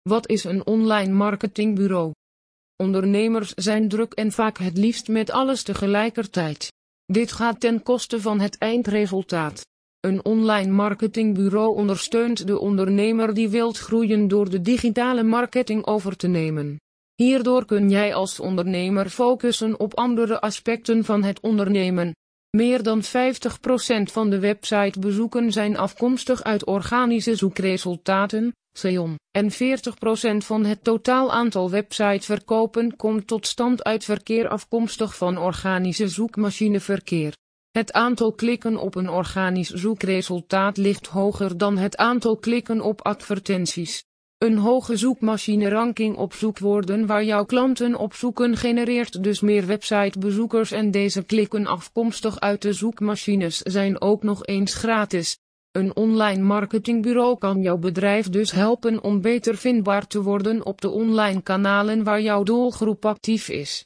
Wat is een online marketingbureau? Ondernemers zijn druk en vaak het liefst met alles tegelijkertijd. Dit gaat ten koste van het eindresultaat. Een online marketingbureau ondersteunt de ondernemer die wilt groeien door de digitale marketing over te nemen. Hierdoor kun jij als ondernemer focussen op andere aspecten van het ondernemen. Meer dan 50% van de websitebezoeken zijn afkomstig uit organische zoekresultaten, SEO, en 40% van het totaal aantal websiteverkopen komt tot stand uit verkeer afkomstig van organische zoekmachineverkeer. Het aantal klikken op een organisch zoekresultaat ligt hoger dan het aantal klikken op advertenties. Een hoge zoekmachine-ranking op zoekwoorden waar jouw klanten op zoeken genereert dus meer websitebezoekers en deze klikken afkomstig uit de zoekmachines zijn ook nog eens gratis. Een online marketingbureau kan jouw bedrijf dus helpen om beter vindbaar te worden op de online kanalen waar jouw doelgroep actief is.